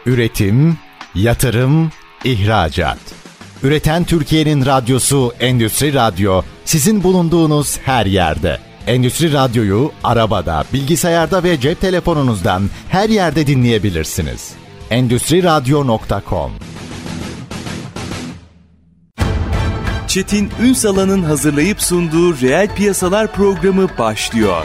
Üretim, yatırım, ihracat. Üreten Türkiye'nin radyosu Endüstri Radyo, sizin bulunduğunuz her yerde. Endüstri Radyo'yu arabada, bilgisayarda ve cep telefonunuzdan her yerde dinleyebilirsiniz. Endüstriradyo.com. Çetin Ünsal'ın hazırlayıp sunduğu Reel Piyasalar programı başlıyor.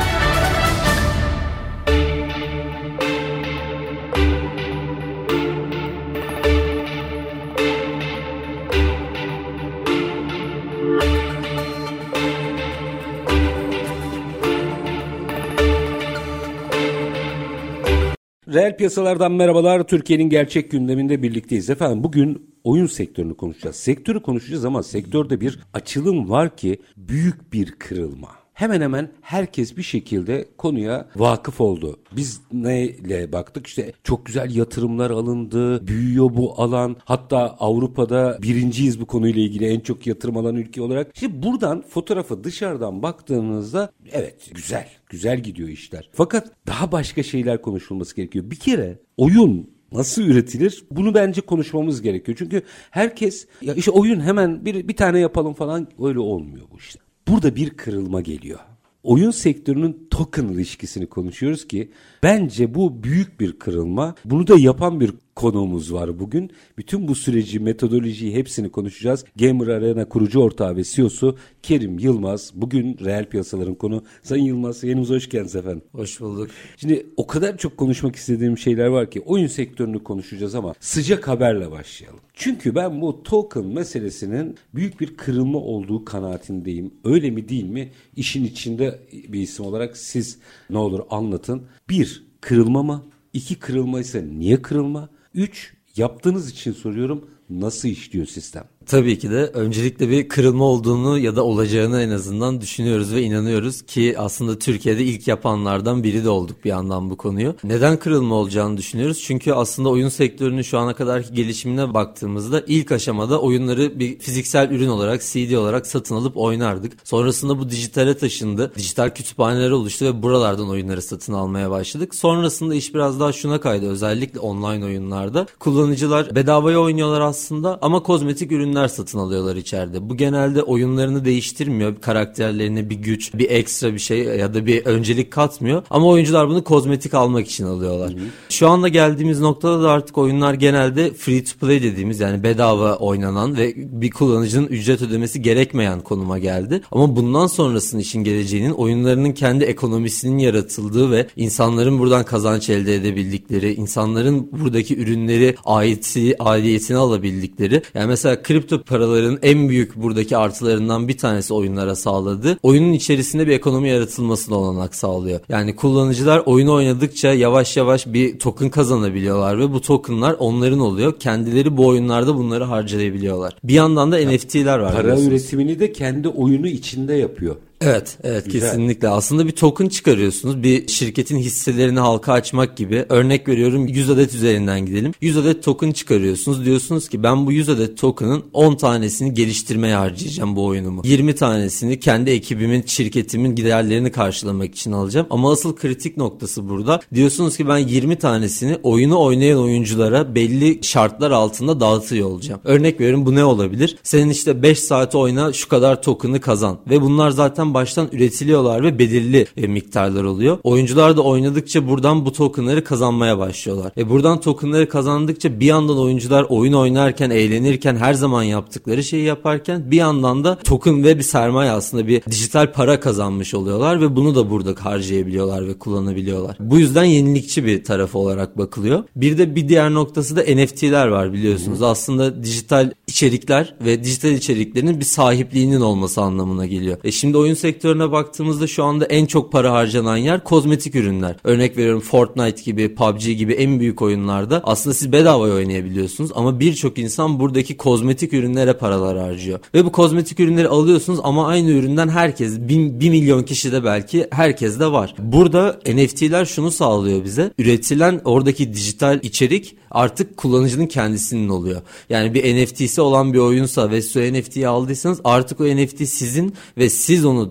Reel piyasalardan merhabalar. Türkiye'nin gerçek gündeminde birlikteyiz. Efendim bugün oyun sektörünü konuşacağız. Sektörü konuşacağız ama sektörde bir açılım var ki büyük bir kırılma. Hemen hemen herkes bir şekilde konuya vakıf oldu. Biz neyle baktık? İşte çok güzel yatırımlar alındı, büyüyor bu alan. Hatta Avrupa'da birinciyiz bu konuyla ilgili en çok yatırım alan ülke olarak. Şimdi buradan fotoğrafı dışarıdan baktığınızda evet güzel gidiyor işler. Fakat daha başka şeyler konuşulması gerekiyor. Bir kere oyun nasıl üretilir? Bunu bence konuşmamız gerekiyor. Çünkü herkes ya işte oyun hemen bir tane yapalım falan, öyle olmuyor bu işte. Burada bir kırılma geliyor. Oyun sektörünün token ilişkisini konuşuyoruz ki bence bu büyük bir kırılma. Bunu da yapan bir konuğumuz var bugün. Bütün bu süreci, metodolojiyi hepsini konuşacağız. Gamer Arena kurucu ortağı ve CEO'su Kerim Yılmaz. Bugün reel piyasaların konu. Sayın Yılmaz, yayınımıza hoş geldiniz efendim. Hoş bulduk. Şimdi o kadar çok konuşmak istediğim şeyler var ki oyun sektörünü konuşacağız ama sıcak haberle başlayalım. Çünkü ben bu token meselesinin büyük bir kırılma olduğu kanaatindeyim. Öyle mi değil mi? İşin içinde bir isim olarak siz ne olur anlatın. 1. Kırılma mı? 2. Kırılma ise niye kırılma? 3. Yaptığınız için soruyorum, nasıl işliyor sistem? Tabii ki de öncelikle bir kırılma olduğunu ya da olacağını en azından düşünüyoruz ve inanıyoruz ki aslında Türkiye'de ilk yapanlardan biri de olduk bir yandan bu konuyu. Neden kırılma olacağını düşünüyoruz? Çünkü aslında oyun sektörünün şu ana kadarki gelişimine baktığımızda ilk aşamada oyunları bir fiziksel ürün olarak, CD olarak satın alıp oynardık. Sonrasında bu dijitale taşındı. Dijital kütüphaneler oluştu ve buralardan oyunları satın almaya başladık. Sonrasında iş biraz daha şuna kaydı, özellikle online oyunlarda. Kullanıcılar bedavaya oynuyorlar aslında ama kozmetik ürünler satın alıyorlar içeride. Bu genelde oyunlarını değiştirmiyor. Karakterlerine bir güç, bir ekstra bir şey ya da bir öncelik katmıyor. Ama oyuncular bunu kozmetik almak için alıyorlar. Şu anda geldiğimiz noktada da artık oyunlar genelde free to play dediğimiz, yani bedava oynanan ve bir kullanıcının ücret ödemesi gerekmeyen konuma geldi. Ama bundan sonrasının işin geleceğinin oyunlarının kendi ekonomisinin yaratıldığı ve insanların buradan kazanç elde edebildikleri, insanların buradaki ürünleri aidiyetini alabildikleri, yani mesela kripto paraların en büyük buradaki artılarından bir tanesi oyunlara sağladı. Oyunun içerisinde bir ekonomi yaratılmasına olanak sağlıyor. Yani kullanıcılar oyunu oynadıkça yavaş yavaş bir token kazanabiliyorlar ve bu tokenlar onların oluyor. Kendileri bu oyunlarda bunları harcayabiliyorlar. Bir yandan da NFT'ler var. Para üretimini de kendi oyunu içinde yapıyor. Evet kesinlikle. Aslında bir token çıkarıyorsunuz. Bir şirketin hisselerini halka açmak gibi. Örnek veriyorum, 100 adet üzerinden gidelim. 100 adet token çıkarıyorsunuz. Diyorsunuz ki ben bu 100 adet token'ın 10 tanesini geliştirmeye harcayacağım bu oyunumu. 20 tanesini kendi ekibimin, şirketimin giderlerini karşılamak için alacağım. Ama asıl kritik noktası burada. Diyorsunuz ki ben 20 tanesini oyunu oynayan oyunculara belli şartlar altında dağıtıyor olacağım. Örnek veriyorum, bu ne olabilir? Senin işte 5 saat oyna, şu kadar token'ı kazan. Ve bunlar zaten baştan üretiliyorlar ve belirli miktarlar oluyor. Oyuncular da oynadıkça buradan bu tokenları kazanmaya başlıyorlar. Buradan tokenları kazandıkça bir yandan oyuncular oyun oynarken, eğlenirken, her zaman yaptıkları şeyi yaparken bir yandan da token ve bir sermaye, aslında bir dijital para kazanmış oluyorlar ve bunu da burada harcayabiliyorlar ve kullanabiliyorlar. Bu yüzden yenilikçi bir tarafı olarak bakılıyor. Bir diğer noktası da NFT'ler var, biliyorsunuz. Aslında dijital içerikler ve dijital içeriklerin bir sahipliğinin olması anlamına geliyor. Şimdi oyun sektörüne baktığımızda şu anda en çok para harcanan yer kozmetik ürünler. Örnek veriyorum, Fortnite gibi, PUBG gibi en büyük oyunlarda aslında siz bedavaya oynayabiliyorsunuz ama birçok insan buradaki kozmetik ürünlere paralar harcıyor. Ve bu kozmetik ürünleri alıyorsunuz ama aynı üründen herkes, 1 milyon kişi de belki herkes de var. Burada NFT'ler şunu sağlıyor bize. Üretilen oradaki dijital içerik artık kullanıcının kendisinin oluyor. Yani bir NFT'si olan bir oyunsa ve siz o NFT'yi aldıysanız artık o NFT sizin ve siz onu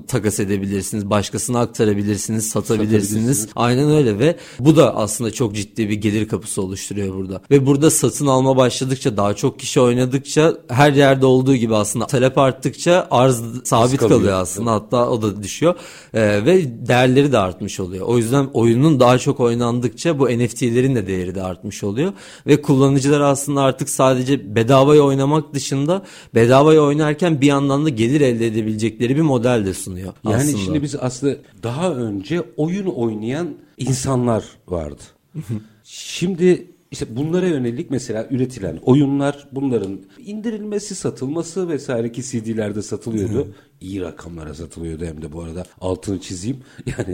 takas edebilirsiniz. Başkasına aktarabilirsiniz, satabilirsiniz. Aynen öyle ve bu da aslında çok ciddi bir gelir kapısı oluşturuyor burada. Ve burada satın alma başladıkça, daha çok kişi oynadıkça, her yerde olduğu gibi aslında talep arttıkça arz sabit kalıyor aslında. Hatta o da düşüyor. Ve değerleri de artmış oluyor. O yüzden oyunun daha çok oynandıkça bu NFT'lerin de değeri de artmış oluyor. Ve kullanıcılar aslında artık sadece bedavaya oynamak dışında bedavaya oynarken bir yandan da gelir elde edebilecekleri bir model de sunuyor. Yani aslında. şimdi biz aslında daha önce oyun oynayan insanlar vardı. Şimdi işte bunlara yönelik mesela üretilen oyunlar, bunların indirilmesi, satılması vesaire ki CD'lerde satılıyordu. İyi rakamlara satılıyordu hem de bu arada altını çizeyim. Yani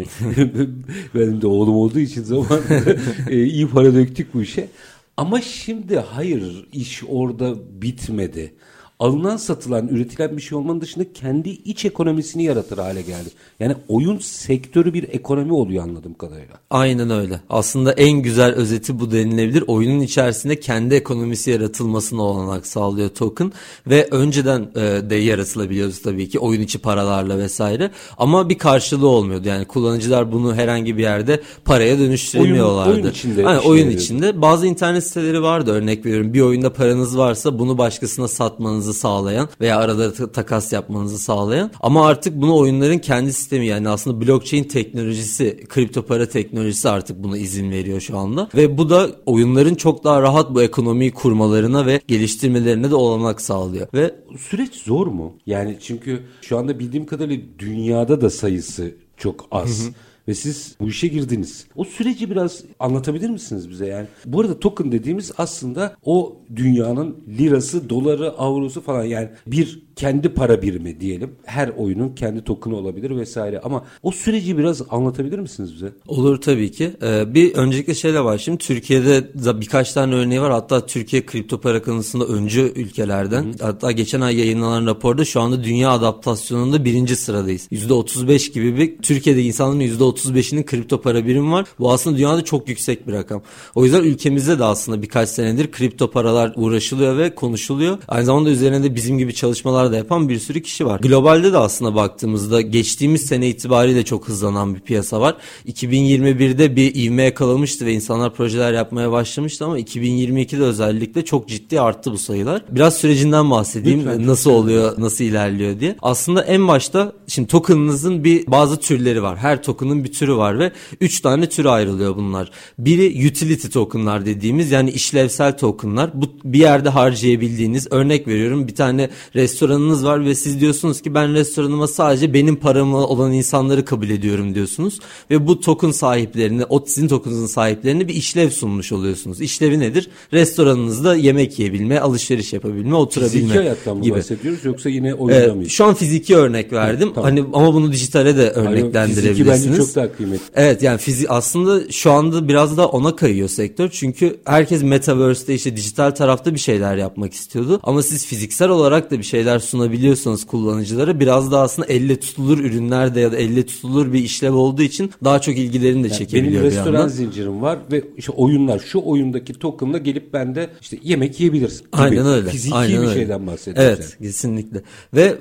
benim de oğlum olduğu için zamanında iyi para döktük bu işe. Ama şimdi hayır, iş orada bitmedi. Alınan, satılan, üretilen bir şey olmanın dışında kendi iç ekonomisini yaratır hale geldi. Yani oyun sektörü bir ekonomi oluyor anladığım kadarıyla. Aynen öyle. Aslında en güzel özeti bu denilebilir. Oyunun içerisinde kendi ekonomisi yaratılmasına olanak sağlıyor token ve önceden de yaratılabiliyordu tabii ki oyun içi paralarla vesaire. Ama bir karşılığı olmuyordu. Yani kullanıcılar bunu herhangi bir yerde paraya dönüştüremiyorlardı. Oyun içinde. Yani oyun içinde. Bazı internet siteleri vardı, örnek veriyorum. Bir oyunda paranız varsa bunu başkasına satmanızı sağlayan veya arada takas yapmanızı sağlayan, ama artık bunu oyunların kendi sistemi, yani aslında blockchain teknolojisi, kripto para teknolojisi artık buna izin veriyor şu anda ve bu da oyunların çok daha rahat bu ekonomiyi kurmalarına ve geliştirmelerine de olanak sağlıyor. Ve süreç zor mu? Yani çünkü şu anda bildiğim kadarıyla dünyada da sayısı çok az. Ve siz bu işe girdiniz. O süreci biraz anlatabilir misiniz bize yani? Bu arada token dediğimiz aslında o dünyanın lirası, doları, avrosu falan, yani bir kendi para birimi diyelim. Her oyunun kendi token'ı olabilir vesaire, ama o süreci biraz anlatabilir misiniz bize? Olur tabii ki. Bir öncelikle şeyle var. Şimdi Türkiye'de birkaç tane örneği var. Hatta Türkiye kripto para konusunda öncü ülkelerden. Hatta geçen ay yayınlanan raporda şu anda dünya adaptasyonunda 1. sıradayız. %35 gibi bir, Türkiye'de insanların %35'inin kripto para birimi var. Bu aslında dünyada çok yüksek bir rakam. O yüzden ülkemizde de aslında birkaç senedir kripto paralar uğraşılıyor ve konuşuluyor. Aynı zamanda üzerine de bizim gibi çalışmalar da yapan bir sürü kişi var. Globalde de aslında baktığımızda geçtiğimiz sene itibariyle çok hızlanan bir piyasa var. 2021'de bir ivme yakalamıştı ve insanlar projeler yapmaya başlamıştı ama 2022'de özellikle çok ciddi arttı bu sayılar. Biraz sürecinden bahsedeyim. Lütfen, nasıl oluyor, nasıl ilerliyor diye. Aslında en başta şimdi token'ınızın bazı türleri var. Her token'ın bir türü var ve 3 tane türe ayrılıyor bunlar. Biri utility token'lar dediğimiz, yani işlevsel token'lar. Bu bir yerde harcayabildiğiniz, örnek veriyorum, bir tane restoranınız var ve siz diyorsunuz ki ben restoranıma sadece benim paramı olan insanları kabul ediyorum diyorsunuz ve bu token sahiplerine, o sizin token'ınızın sahiplerine bir işlev sunmuş oluyorsunuz. İşlevi nedir? Restoranınızda yemek yiyebilme, alışveriş yapabilme, oturabilme fiziki hayattan gibi. Bahsediyoruz yoksa yine oyunda mıyız? Şu an fiziki örnek verdim. Tamam. Hani ama bunu dijitale de örneklendirebilirsiniz. Fiziki bence çok daha kıymetli. Evet, yani aslında şu anda biraz da ona kayıyor sektör. Çünkü herkes metaverse'de, işte dijital tarafta bir şeyler yapmak istiyordu. Ama siz fiziksel olarak da bir şeyler sunabiliyorsanız kullanıcılara, biraz da aslında elle tutulur ürünlerde ya da elle tutulur bir işlev olduğu için daha çok ilgilerini de çekebiliyor. Benim restoran zincirim var ve işte oyunlar, şu oyundaki token'la gelip bende işte yemek yiyebilirsin gibi. Aynen öyle. Fiziki Aynen bir öyle. şeyden bahsediyoruz. Evet, yani. Kesinlikle. Ve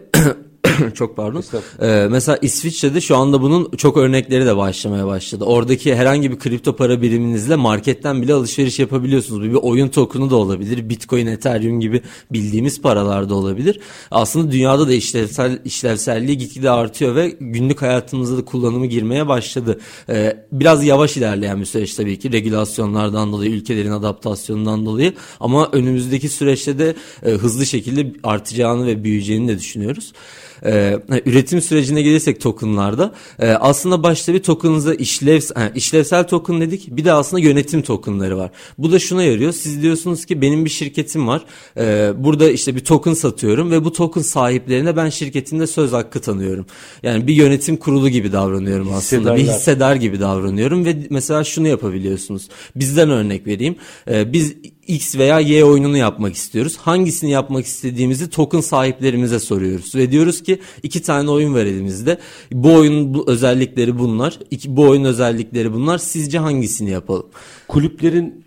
çok pardon. Mesela İsviçre'de şu anda bunun çok örnekleri de başlamaya başladı. Oradaki herhangi bir kripto para biriminizle marketten bile alışveriş yapabiliyorsunuz. Bir oyun token'u da olabilir. Bitcoin, Ethereum gibi bildiğimiz paralar da olabilir. Aslında dünyada da işlevselliği gitgide artıyor ve günlük hayatımızda da kullanımı girmeye başladı. Biraz yavaş ilerleyen bir süreç tabii ki. Regülasyonlardan dolayı, ülkelerin adaptasyonundan dolayı. Ama önümüzdeki süreçte de hızlı şekilde artacağını ve büyüyeceğini de düşünüyoruz. Üretim sürecine gelirsek tokenlarda aslında başta bir token'ınıza işlevsel token dedik, bir de aslında yönetim tokenları var. Bu da şuna yarıyor: siz diyorsunuz ki benim bir şirketim var, burada işte bir token satıyorum ve bu token sahiplerine ben şirketimde söz hakkı tanıyorum. Yani bir yönetim kurulu gibi davranıyorum aslında, bir hissedar gibi davranıyorum ve mesela şunu yapabiliyorsunuz. Bizden örnek vereyim, biz X veya Y oyununu yapmak istiyoruz. Hangisini yapmak istediğimizi token sahiplerimize soruyoruz ve diyoruz ki 2 tane oyun var elimizde. Bu oyunun özellikleri bunlar. Bu oyunun özellikleri bunlar. Sizce hangisini yapalım? Kulüplerin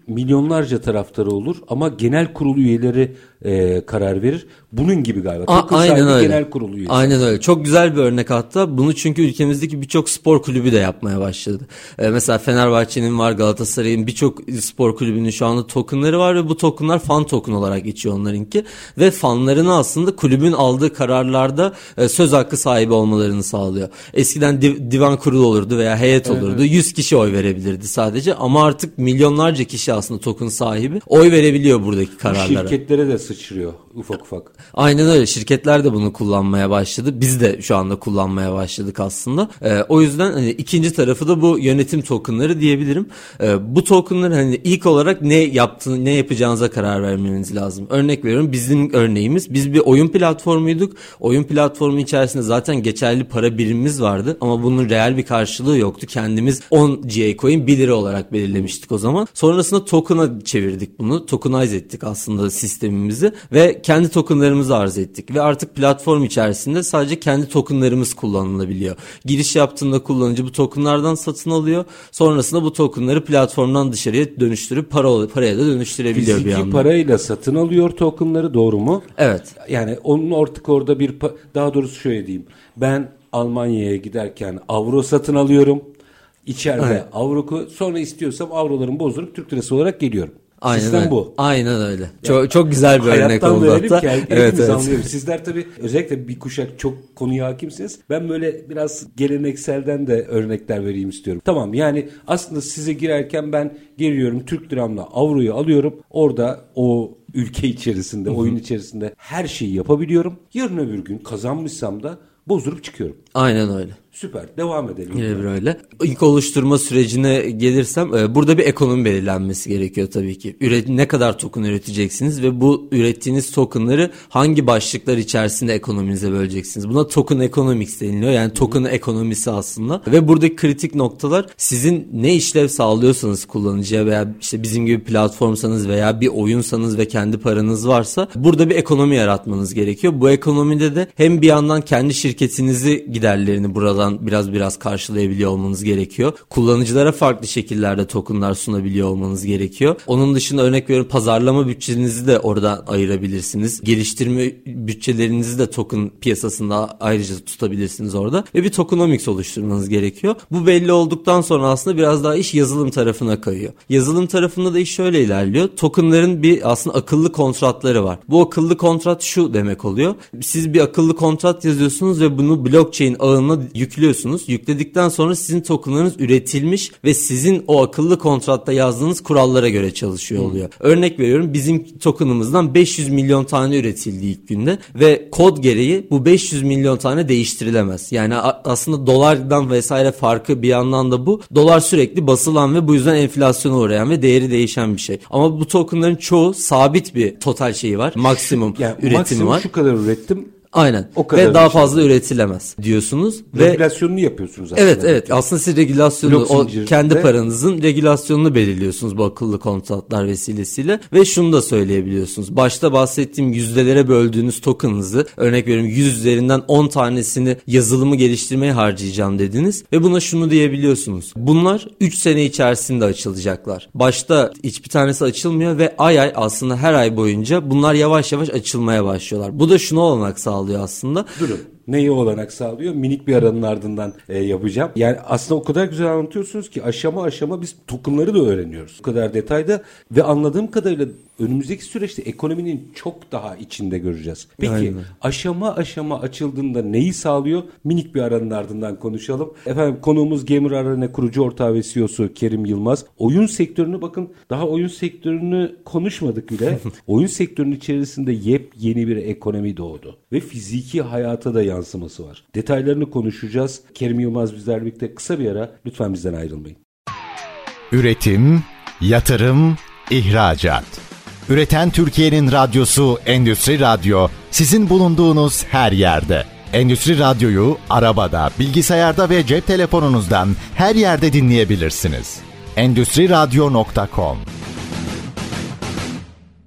milyonlarca taraftarı olur ama genel kurul üyeleri karar verir. Bunun gibi galiba. Token Aynen öyle. Genel kurul üyesi. Aynen öyle. Çok güzel bir örnek hatta. Bunu çünkü ülkemizdeki birçok spor kulübü de yapmaya başladı. Mesela Fenerbahçe'nin var, Galatasaray'ın birçok spor kulübünün şu anda tokenları var ve bu tokenlar fan token olarak geçiyor onlarınki. Ve fanlarına aslında kulübün aldığı kararlarda söz hakkı sahibi olmalarını sağlıyor. Eskiden divan kurulu olurdu veya heyet olurdu. Evet. 100 kişi oy verebilirdi sadece ama artık milyonlarca kişi aslında token sahibi oy verebiliyor buradaki kararlara. Bu şirketlere de sıçrıyor ufak ufak. Aynen öyle. Şirketler de bunu kullanmaya başladı. Biz de şu anda kullanmaya başladık aslında. O yüzden hani ikinci tarafı da bu yönetim tokenları diyebilirim. Bu tokenları hani ilk olarak ne yapacağınıza karar vermeniz lazım. Örnek veriyorum, bizim örneğimiz, biz bir oyun platformuyduk. Oyun platformu içerisinde zaten geçerli para birimimiz vardı ama bunun reel bir karşılığı yoktu. Kendimiz 10 GA coin 1 lira olarak belirlemiştik o zaman. Sonrasında token'a çevirdik bunu. Tokenize ettik aslında sistemimizi ve kendi tokenlarımızı arz ettik ve artık platform içerisinde sadece kendi tokenlarımız kullanılabiliyor. Giriş yaptığında kullanıcı bu tokenlardan satın alıyor. Sonrasında bu tokenları platformdan dışarıya dönüştürüp paraya da dönüştürebiliyor. Fiziki bir anda. Parayla satın alıyor tokenları, doğru mu? Evet. Yani onun artık orada daha doğrusu şöyle diyeyim. Ben Almanya'ya giderken avro satın alıyorum. İçeride evet. Avro, sonra istiyorsam avrolarımı bozdurup Türk lirası olarak geliyorum. Aynen Sistem öyle. bu. Aynen öyle. Çok güzel bir örnek oldu hatta. Evet. Anlıyorum. Sizler tabii özellikle bir kuşak çok konuya hakimsiniz. Ben böyle biraz gelenekselden de örnekler vereyim istiyorum. Tamam, yani aslında size girerken ben giriyorum, Türk liramla avroyu alıyorum. Orada o ülke içerisinde, oyun içerisinde her şeyi yapabiliyorum. Yarın öbür gün kazanmışsam da bozdurup çıkıyorum. Aynen öyle. Süper. Devam edelim. Yine böyle. İlk oluşturma sürecine gelirsem burada bir ekonomi belirlenmesi gerekiyor tabii ki. Ne kadar token üreteceksiniz ve bu ürettiğiniz tokenları hangi başlıklar içerisinde ekonominize böleceksiniz. Buna token economics deniliyor. Yani token ekonomisi aslında. Ve buradaki kritik noktalar, sizin ne işlev sağlıyorsanız kullanıcıya veya işte bizim gibi platformsanız veya bir oyunsanız ve kendi paranız varsa burada bir ekonomi yaratmanız gerekiyor. Bu ekonomide de hem bir yandan kendi şirketinizi giderlerini buradan biraz karşılayabiliyor olmanız gerekiyor. Kullanıcılara farklı şekillerde tokenlar sunabiliyor olmanız gerekiyor. Onun dışında örnek veriyorum, pazarlama bütçenizi de oradan ayırabilirsiniz. Geliştirme bütçelerinizi de token piyasasında ayrıca tutabilirsiniz orada. Ve bir tokenomics oluşturmanız gerekiyor. Bu belli olduktan sonra aslında biraz daha iş yazılım tarafına kayıyor. Yazılım tarafında da iş şöyle ilerliyor. Tokenların bir aslında akıllı kontratları var. Bu akıllı kontrat şu demek oluyor. Siz bir akıllı kontrat yazıyorsunuz ve bunu blockchain ağına yüklüyorsunuz. Yükledikten sonra sizin tokenlarınız üretilmiş ve sizin o akıllı kontratta yazdığınız kurallara göre çalışıyor oluyor. Örnek veriyorum, bizim tokenımızdan 500 milyon tane üretildi ilk günde ve kod gereği bu 500 milyon tane değiştirilemez. Yani aslında dolardan vesaire farkı bir yandan da bu. Dolar sürekli basılan ve bu yüzden enflasyona uğrayan ve değeri değişen bir şey. Ama bu tokenların çoğu sabit bir total şeyi var. Maksimum yani üretimi maksimum var. Şu kadar ürettim. Aynen. Ve daha fazla üretilemez diyorsunuz. Regülasyonunu yapıyorsunuz aslında. Evet. Aslında siz regülasyonu, kendi paranızın regülasyonunu belirliyorsunuz bu akıllı kontratlar vesilesiyle ve şunu da söyleyebiliyorsunuz. Başta bahsettiğim yüzdelere böldüğünüz tokenınızı, örnek veriyorum 100 üzerinden 10 tanesini yazılımı geliştirmeye harcayacağım dediniz ve buna şunu diyebiliyorsunuz. Bunlar 3 sene içerisinde açılacaklar. Başta hiçbir tanesi açılmıyor ve ay aslında her ay boyunca bunlar yavaş yavaş açılmaya başlıyorlar. Bu da şunu olanak sağlıyor aslında. Durun. Neyi olanak sağlıyor? Minik bir aranın ardından yapacağım. Yani aslında o kadar güzel anlatıyorsunuz ki aşama aşama biz tokenları da öğreniyoruz. Bu kadar detayda ve anladığım kadarıyla önümüzdeki süreçte ekonominin çok daha içinde göreceğiz. Peki aynen. Aşama aşama açıldığında neyi sağlıyor? Minik bir aranın ardından konuşalım. Efendim, konuğumuz Gamer Arena kurucu ortağı ve CEO'su Kerim Yılmaz. Oyun sektörünü, bakın daha oyun sektörünü konuşmadık bile. Oyun sektörünün içerisinde yepyeni bir ekonomi doğdu. Ve fiziki hayata da yansıması var. Detaylarını konuşacağız. Kerim Yılmaz bizlerle birlikte. Kısa bir ara. Lütfen bizden ayrılmayın. Üretim, yatırım, ihracat. Üreten Türkiye'nin radyosu Endüstri Radyo, sizin bulunduğunuz her yerde. Endüstri Radyo'yu arabada, bilgisayarda ve cep telefonunuzdan her yerde dinleyebilirsiniz. Endüstriradyo.com.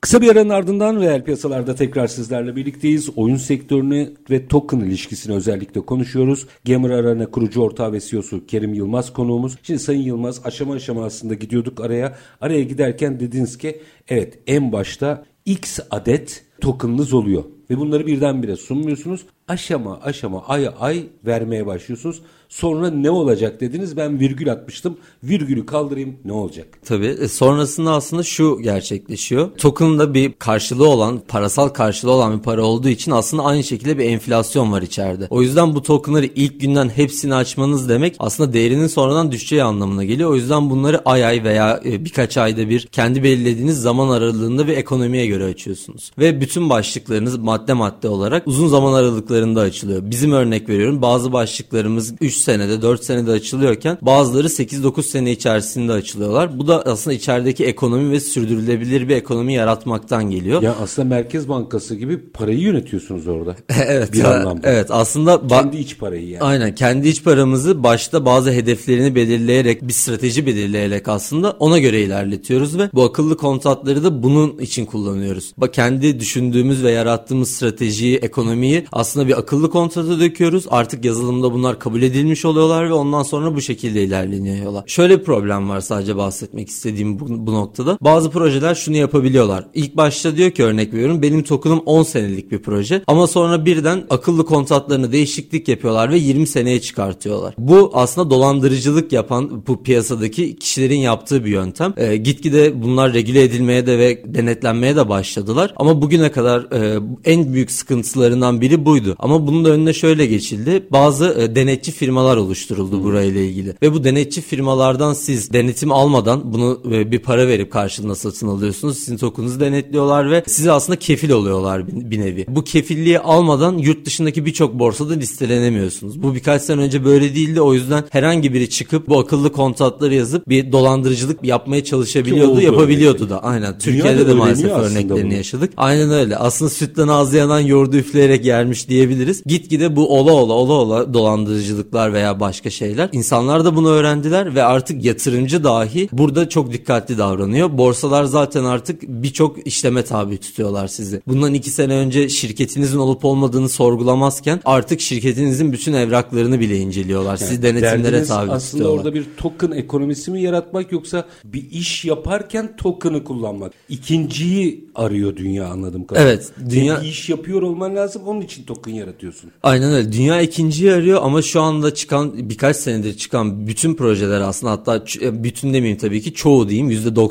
Kısa bir aranın ardından reel piyasalarda tekrar sizlerle birlikteyiz. Oyun sektörünü ve token ilişkisini özellikle konuşuyoruz. Gamer Arena kurucu ortağı ve CEO'su Kerim Yılmaz konuğumuz. Şimdi Sayın Yılmaz, aşama aşama aslında gidiyorduk araya. Araya giderken dediniz ki evet, en başta X adet token'ınız oluyor. Ve bunları birdenbire sunmuyorsunuz. Aşama aşama, ay ay vermeye başlıyorsunuz. Sonra ne olacak dediniz, ben virgül atmıştım. Virgülü kaldırayım, ne olacak? Tabii sonrasında aslında şu gerçekleşiyor. Token'da bir karşılığı olan, parasal karşılığı olan bir para olduğu için aslında aynı şekilde bir enflasyon var içeride. O yüzden bu token'ları ilk günden hepsini açmanız demek aslında değerinin sonradan düşeceği anlamına geliyor. O yüzden bunları ay ay veya birkaç ayda bir kendi belirlediğiniz zaman aralığında bir ekonomiye göre açıyorsunuz. Ve bütün başlıklarınız madde madde olarak uzun zaman aralıklarında açılıyor. Bizim örnek veriyorum, bazı başlıklarımız 3 senede 4 senede açılıyorken bazıları 8-9 sene içerisinde açılıyorlar. Bu da aslında içerideki ekonomi ve sürdürülebilir bir ekonomi yaratmaktan geliyor. Ya aslında Merkez Bankası gibi parayı yönetiyorsunuz orada. Evet. Bir anlamda. Evet, aslında kendi iç parayı yani. Aynen, kendi iç paramızı başta bazı hedeflerini belirleyerek, bir strateji belirleyerek aslında ona göre ilerletiyoruz ve bu akıllı kontratları da bunun için kullanıyoruz. Bak, kendi düşündüğümüz ve yarattığımız stratejiyi, ekonomiyi aslında bir akıllı kontrata döküyoruz. Artık yazılımda bunlar kabul edilmiş oluyorlar ve ondan sonra bu şekilde ilerleniyorlar. Şöyle bir problem var, sadece bahsetmek istediğim bu noktada. Bazı projeler şunu yapabiliyorlar. İlk başta diyor ki, örnek veriyorum, benim token'ım 10 senelik bir proje ama sonra birden akıllı kontratlarını değişiklik yapıyorlar ve 20 seneye çıkartıyorlar. Bu aslında dolandırıcılık yapan bu piyasadaki kişilerin yaptığı bir yöntem. Gitgide bunlar regüle edilmeye de ve denetlenmeye de başladılar. Ama bugüne kadar en büyük sıkıntılarından biri buydu. Ama bunun da önüne şöyle geçildi. Bazı denetçi firmalar oluşturuldu burayla ilgili. Ve bu denetçi firmalardan siz denetim almadan bunu bir para verip karşılığında satın alıyorsunuz. Sizin token'ınızı denetliyorlar ve size aslında kefil oluyorlar bir nevi. Bu kefilliği almadan yurt dışındaki birçok borsada listelenemiyorsunuz. Bu birkaç sene önce böyle değildi. O yüzden herhangi biri çıkıp bu akıllı kontratları yazıp bir dolandırıcılık yapmaya çalışabiliyordu, yapabiliyordu da. Aynen. Türkiye'de de maalesef örneklerini yaşadık. Aynen öyle. Aslında sütten ağzı yanan yoğurdu üfleyerek yermiş diyebiliriz. Gitgide bu ola dolandırıcılıklar veya başka şeyler. İnsanlar da bunu öğrendiler ve artık yatırımcı dahi burada çok dikkatli davranıyor. Borsalar zaten artık birçok işleme tabi tutuyorlar sizi. Bundan 2 sene önce şirketinizin olup olmadığını sorgulamazken artık şirketinizin bütün evraklarını bile inceliyorlar. Sizi denetimlere tabi aslında tutuyorlar. orada bir token ekonomisi mi yaratmak, yoksa bir iş yaparken token'ı kullanmak? İkinciyi arıyor dünya, anladığım kadarıyla. Evet. Dünya... Bir iş yapıyor olman lazım, onun için token yaratıyorsun. Aynen öyle. Dünya ikinciyi arıyor ama şu anda çıkan, birkaç senedir çıkan bütün projeler aslında, hatta bütün demeyeyim tabii ki, çoğu diyeyim,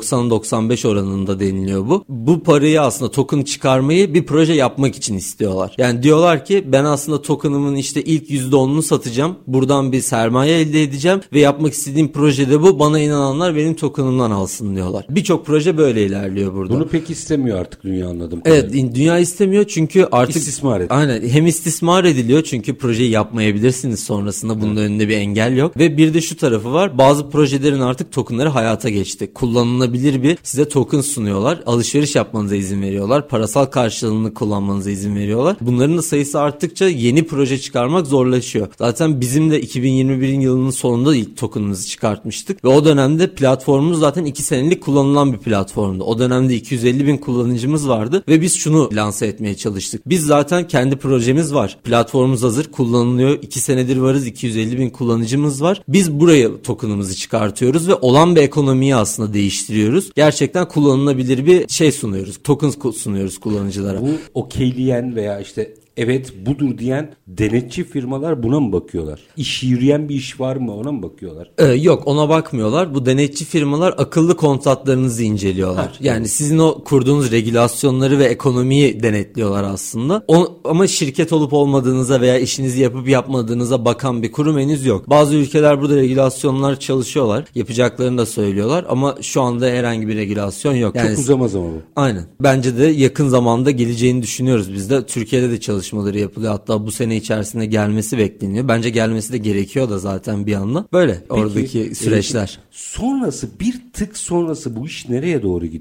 %90-95 oranında deniliyor bu. Bu parayı aslında, token çıkarmayı bir proje yapmak için istiyorlar. Yani diyorlar ki ben aslında token'ımın işte ilk %10'unu satacağım. Buradan bir sermaye elde edeceğim ve yapmak istediğim projede bu. Bana inananlar benim token'ımdan alsın diyorlar. Birçok proje böyle ilerliyor burada. Bunu pek istemiyor artık dünya, anladım. Evet, dünya istemiyor çünkü artık istismar ediliyor. Aynen, hem istismar ediliyor çünkü projeyi yapmayabilirsiniz sonrasında, bunun önünde bir engel yok ve bir de şu tarafı var, bazı projelerin artık tokenları hayata geçti. Kullanılabilir bir size token sunuyorlar. Alışveriş yapmanıza izin veriyorlar. Parasal karşılığını kullanmanıza izin veriyorlar. Bunların da sayısı arttıkça yeni proje çıkarmak zorlaşıyor. Zaten bizim de 2021 yılının sonunda ilk token'ımızı çıkartmıştık ve o dönemde platformumuz zaten 2 senelik kullanılan bir platformdu. O dönemde 250 bin kullanıcımız vardı ve biz şunu lanse etmeye çalıştık. Biz zaten kendi projemiz var. Platformumuz hazır, kullanılıyor. 2 senedir varız. 250 bin kullanıcımız var. Biz buraya token'ımızı çıkartıyoruz ve olan bir ekonomiyi aslında değiştiriyoruz. Gerçekten kullanılabilir bir şey sunuyoruz. Token sunuyoruz kullanıcılara. Bu okeyleyen veya işte evet budur diyen denetçi firmalar buna mı bakıyorlar? İş yürüyen bir iş var mı, ona mı bakıyorlar? Yok, ona bakmıyorlar. Bu denetçi firmalar akıllı kontratlarınızı inceliyorlar. Yani sizin o kurduğunuz regülasyonları ve ekonomiyi denetliyorlar aslında. Ama şirket olup olmadığınıza veya işinizi yapıp yapmadığınıza bakan bir kurum henüz yok. Bazı ülkeler burada regülasyonlar çalışıyorlar. Yapacaklarını da söylüyorlar ama şu anda herhangi bir regülasyon yok. Yani, çok uzamaz ama bu. Aynen. Bence de yakın zamanda geleceğini düşünüyoruz biz de. Türkiye'de de çalışmaları yapılıyor. Hatta bu sene içerisinde gelmesi bekleniyor. Bence gelmesi de gerekiyor da zaten bir yandan. Böyle. Peki, oradaki süreçler. Sonrası, bir tık sonrası bu iş nereye doğru gidiyor?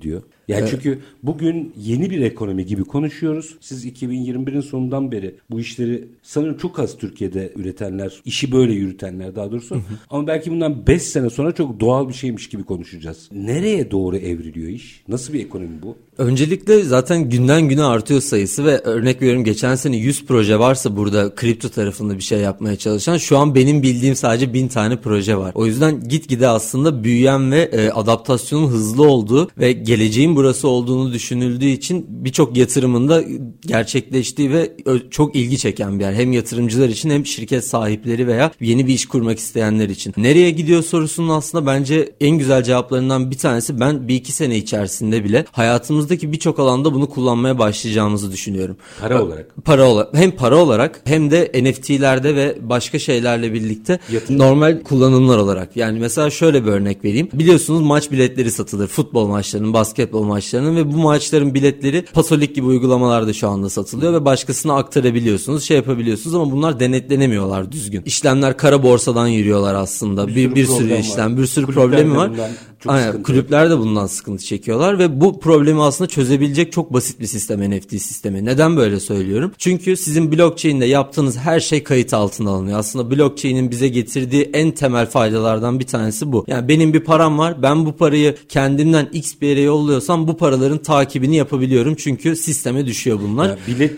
Yani çünkü bugün yeni bir ekonomi gibi konuşuyoruz. Siz 2021'in sonundan beri bu işleri sanırım çok az Türkiye'de üretenler, işi böyle yürütenler daha doğrusu. Ama belki bundan 5 sene sonra çok doğal bir şeymiş gibi konuşacağız. Nereye doğru evriliyor iş? Nasıl bir ekonomi bu? Öncelikle zaten günden güne artıyor sayısı ve örnek veriyorum geçen sene 100 proje varsa burada kripto tarafında bir şey yapmaya çalışan, şu an benim bildiğim sadece 1000 tane proje var. O yüzden gitgide aslında büyüyen ve adaptasyonun hızlı olduğu ve geleceğin burası olduğunu düşünüldüğü için birçok yatırımın da gerçekleştiği ve çok ilgi çeken bir yer. Hem yatırımcılar için hem şirket sahipleri veya yeni bir iş kurmak isteyenler için. Nereye gidiyor sorusunun aslında bence en güzel cevaplarından bir tanesi, ben 1-2 sene içerisinde bile hayatımızdaki birçok alanda bunu kullanmaya başlayacağımızı düşünüyorum. Para olarak. Hem para olarak hem de NFT'lerde ve başka şeylerle birlikte normal kullanımlar olarak. Yani mesela şöyle bir örnek vereyim. Biliyorsunuz maç biletleri satılır. Futbol maçlarının, basketbol maçlarının ve bu maçların biletleri Pasolik gibi uygulamalarda şu anda satılıyor ve başkasına aktarabiliyorsunuz, şey yapabiliyorsunuz ama bunlar denetlenemiyorlar düzgün. İşlemler kara borsadan yürüyorlar aslında. Bir sürü işlem, bir sürü problemi var. Aynen, kulüpler de bundan sıkıntı çekiyorlar ve bu problemi aslında çözebilecek çok basit bir sistem NFT sistemi. Neden böyle söylüyorum? Çünkü sizin blockchain'de yaptığınız her şey kayıt altına alınıyor. Aslında blockchain'in bize getirdiği en temel faydalardan bir tanesi bu. Yani benim bir param var. Ben bu parayı kendimden X bir yere yolluyorsam bu paraların takibini yapabiliyorum. Çünkü sisteme düşüyor bunlar. Yani bilet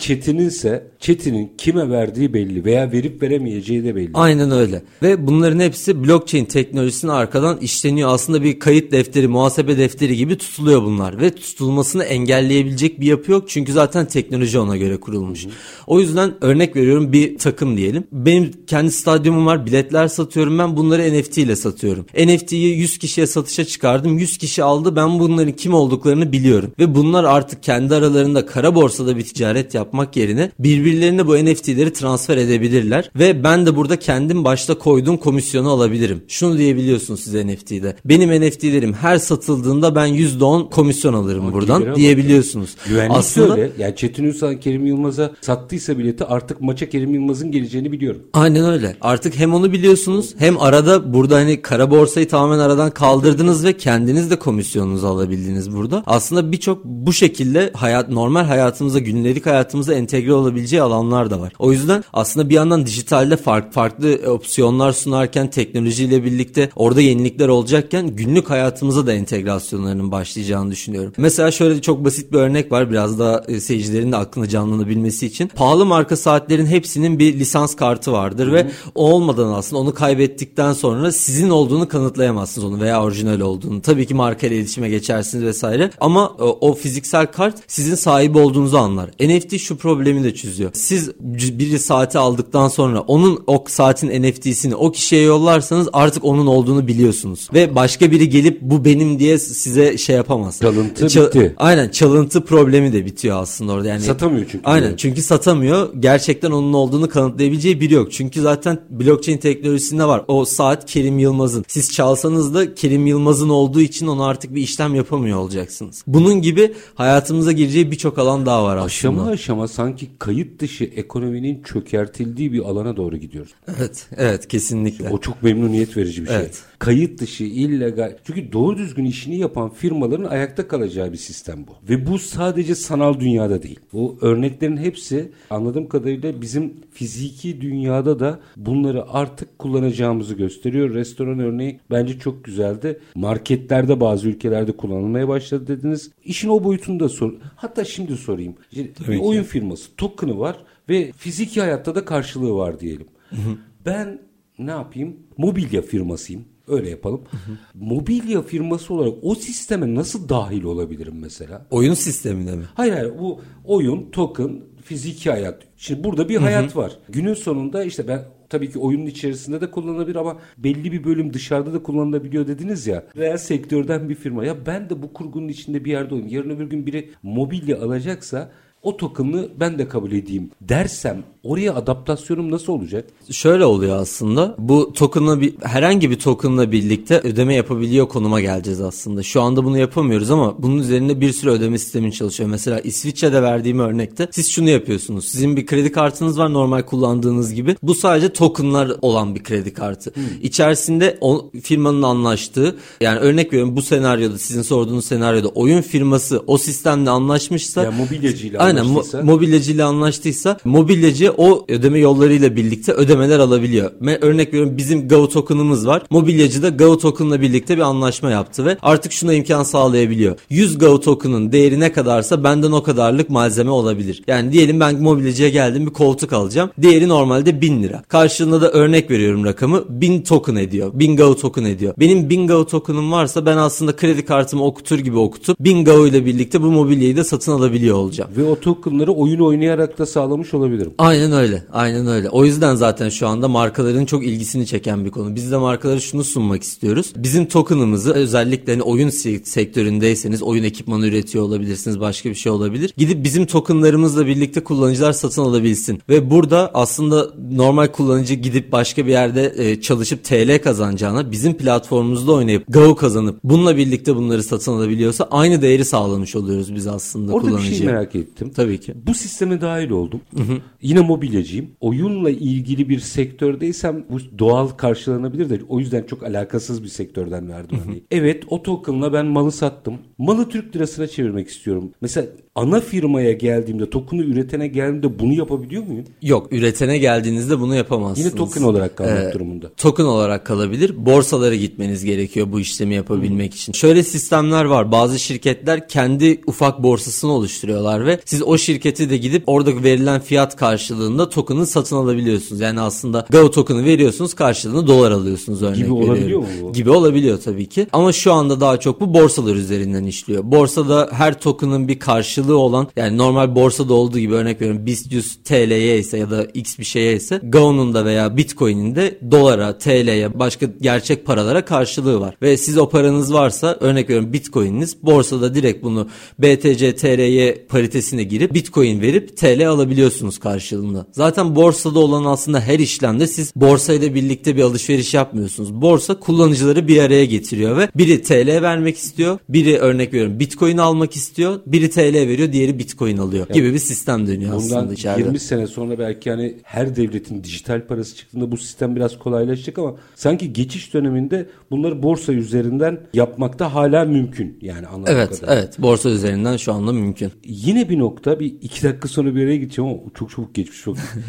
Çetin'in kime verdiği belli veya verip veremeyeceği de belli. Aynen öyle. Ve bunların hepsi blockchain teknolojisinin arkadan işleniyor. Aslında bir kayıt defteri, muhasebe defteri gibi tutuluyor bunlar ve tutulmasını engelleyebilecek bir yapı yok. Çünkü zaten teknoloji ona göre kurulmuş. O yüzden örnek veriyorum, bir takım diyelim. Benim kendi stadyumum var, biletler satıyorum, ben bunları NFT ile satıyorum. NFT'yi 100 kişiye satışa çıkardım. 100 kişi aldı, ben bunların kim olduklarını biliyorum. Ve bunlar artık kendi aralarında kara borsada bir ticaret yapmak yerine birbirlerine bu NFT'leri transfer edebilirler. Ve ben de burada kendim başta koyduğum komisyonu alabilirim. Şunu diyebiliyorsunuz size NFT'de. Benim NFT'lerim her satıldığında ben %10 komisyon alırım buradan diyebiliyorsunuz. Güvenlik aslında öyle. Yani Çetin Ünsal Kerim Yılmaz'a sattıysa bileti artık maça Kerim Yılmaz'ın geleceğini biliyorum. Aynen öyle. Artık hem onu biliyorsunuz hem arada burada hani kara borsayı tamamen aradan kaldırdınız ve kendiniz de komisyonunuzu alabildiniz burada. Aslında birçok bu şekilde normal hayatımıza, günlük hayatımıza entegre olabileceği alanlar da var. O yüzden aslında bir yandan dijitalde farklı opsiyonlar sunarken, teknolojiyle birlikte orada yenilikler olacakken günlük hayatımıza da entegrasyonlarının başlayacağını düşünüyorum. Mesela şöyle çok basit bir örnek var, biraz daha seyircilerin de aklına canlanabilmesi için. Pahalı marka saatlerin hepsinin bir lisans kartı vardır ve o olmadan aslında onu kaybettikten sonra sizin olduğunu kanıtlayamazsınız onu veya orijinal olduğunu. Tabii ki markayla iletişime geçersiniz vesaire ama o fiziksel kart sizin sahibi olduğunuzu anlar. NFT şu problemi de çözüyor. Siz bir saati aldıktan sonra o saatin NFT'sini o kişiye yollarsanız artık onun olduğunu biliyorsunuz. Ve başka biri gelip bu benim diye size şey yapamaz. Çalıntı bitti. Aynen, çalıntı problemi de bitiyor aslında orada. Yani satamıyor çünkü. Aynen, çünkü satamıyor. Gerçekten onun olduğunu kanıtlayabileceği biri yok. Çünkü zaten blockchain teknolojisinde var. O saat Kerim Yılmaz'ın. Siz çalsanız da Kerim Yılmaz'ın olduğu için ona artık bir işlem yapamıyor olacaksınız. Bunun gibi hayatımıza gireceği birçok alan daha var aslında. Aşama aşama sanki kayıt dışı ekonominin çökertildiği bir alana doğru gidiyoruz. Evet kesinlikle. O çok memnuniyet verici bir şey. Kayıt dışı, illegal. Çünkü doğru düzgün işini yapan firmaların ayakta kalacağı bir sistem bu. Ve bu sadece sanal dünyada değil. Bu örneklerin hepsi anladığım kadarıyla bizim fiziki dünyada da bunları artık kullanacağımızı gösteriyor. Restoran örneği bence çok güzeldi. Marketlerde bazı ülkelerde kullanılmaya başladı dediniz. İşin o boyutunu da hatta şimdi sorayım. Bir oyun firması token'ı var ve fiziki hayatta da karşılığı var diyelim. Ben ne yapayım? Mobilya firmasıyım. Öyle yapalım. Mobilya firması olarak o sisteme nasıl dahil olabilirim mesela? Oyun sistemine mi? Hayır. Bu oyun, token, fiziki hayat. Şimdi burada bir hayat var. Günün sonunda işte ben tabii ki oyunun içerisinde de kullanılabilir ama belli bir bölüm dışarıda da kullanılabiliyor dediniz ya. Reel sektörden bir firma. Ya ben de bu kurgunun içinde bir yerde olayım. Yarın öbür gün biri mobilya alacaksa o token'ı ben de kabul edeyim dersem oraya adaptasyonum nasıl olacak? Şöyle oluyor aslında. Bu token'la herhangi bir token'la birlikte ödeme yapabiliyor konuma geleceğiz aslında. Şu anda bunu yapamıyoruz ama bunun üzerinde bir sürü ödeme sistemi çalışıyor. Mesela İsviçre'de verdiğim örnekte siz şunu yapıyorsunuz. Sizin bir kredi kartınız var normal kullandığınız gibi. Bu sadece token'lar olan bir kredi kartı. İçerisinde o firmanın anlaştığı, yani örnek veriyorum, bu senaryoda, sizin sorduğunuz senaryoda oyun firması o sistemle anlaşmışsa, yani mobilyacıyla anlaştıysa, mobilyacıyla anlaştıysa, mobilyacı o ödeme yollarıyla birlikte ödemeler alabiliyor. Örnek veriyorum, bizim Go token'ımız var. Mobilyacı da Go token'la birlikte bir anlaşma yaptı ve artık şuna imkan sağlayabiliyor. 100 Go token'ın değeri ne kadarsa benden o kadarlık malzeme olabilir. Yani diyelim ben mobilyacıya geldim, bir koltuk alacağım. Değeri normalde 1000 lira. Karşılığında da örnek veriyorum rakamı, 1000 token ediyor. 1000 Go token ediyor. Benim 1000 Go token'ım varsa ben aslında kredi kartımı okutur gibi okutup 1000 Go ile birlikte bu mobilyayı da satın alabiliyor olacağım. Ve o token'ları oyun oynayarak da sağlamış olabilirim. Aynen öyle. Aynen öyle. O yüzden zaten şu anda markaların çok ilgisini çeken bir konu. Biz de markalara şunu sunmak istiyoruz. Bizim token'ımızı, özellikle hani oyun sektöründeyseniz, oyun ekipmanı üretiyor olabilirsiniz, başka bir şey olabilir. Gidip bizim token'larımızla birlikte kullanıcılar satın alabilsin. Ve burada aslında normal kullanıcı gidip başka bir yerde çalışıp TL kazanacağına bizim platformumuzda oynayıp Go kazanıp bununla birlikte bunları satın alabiliyorsa aynı değeri sağlamış oluyoruz biz aslında orada kullanıcıya. Bir şey merak ettim. Tabii ki. Bu sisteme dahil oldum. Yine mobilyacıyım. Oyunla ilgili bir sektördeysem bu doğal karşılanabilir de o yüzden çok alakasız bir sektörden verdim. Hani. Evet, o token'la ben malı sattım. Malı Türk lirasına çevirmek istiyorum. Mesela ana firmaya geldiğimde, token'ı üretene geldiğimde bunu yapabiliyor muyum? Yok, üretene geldiğinizde bunu yapamazsınız. Yine token olarak kalmak durumunda. Token olarak kalabilir. Borsalara gitmeniz gerekiyor bu işlemi yapabilmek için. Şöyle sistemler var. Bazı şirketler kendi ufak borsasını oluşturuyorlar ve siz o şirketi de gidip orada verilen fiyat karşılığında token'ı satın alabiliyorsunuz. Yani aslında Go token'ı veriyorsunuz, karşılığında dolar alıyorsunuz, örnek gibi veriyorum. Olabiliyor mu bu? Gibi olabiliyor tabii ki. Ama şu anda daha çok bu borsalar üzerinden işliyor. Borsada her token'ın bir karşılığı olan, yani normal borsada olduğu gibi, örnek veriyorum, BIST TL'ye ise ya da X bir şeye ise Go'nun da veya Bitcoin'in de dolara, TL'ye, başka gerçek paralara karşılığı var. Ve siz o paranız varsa, örnek veriyorum, Bitcoin'iniz, borsada direkt bunu BTC TL'ye paritesine girip Bitcoin verip TL alabiliyorsunuz karşılığında. Zaten borsada olan aslında her işlemde siz borsayla birlikte bir alışveriş yapmıyorsunuz. Borsa kullanıcıları bir araya getiriyor ve biri TL vermek istiyor, biri örnek veriyorum Bitcoin almak istiyor, biri TL veriyor, diğeri Bitcoin alıyor gibi bir sistem dönüyor aslında içeride. 20 sene sonra belki hani her devletin dijital parası çıktığında bu sistem biraz kolaylaşacak ama sanki geçiş döneminde bunları borsa üzerinden yapmakta hala mümkün. Yani anladığım kadar. Evet. Borsa üzerinden şu anda mümkün. Yine bir nokta, bir 2 dakika sonra bir yere gideceğim ama çok çabuk geçmiş.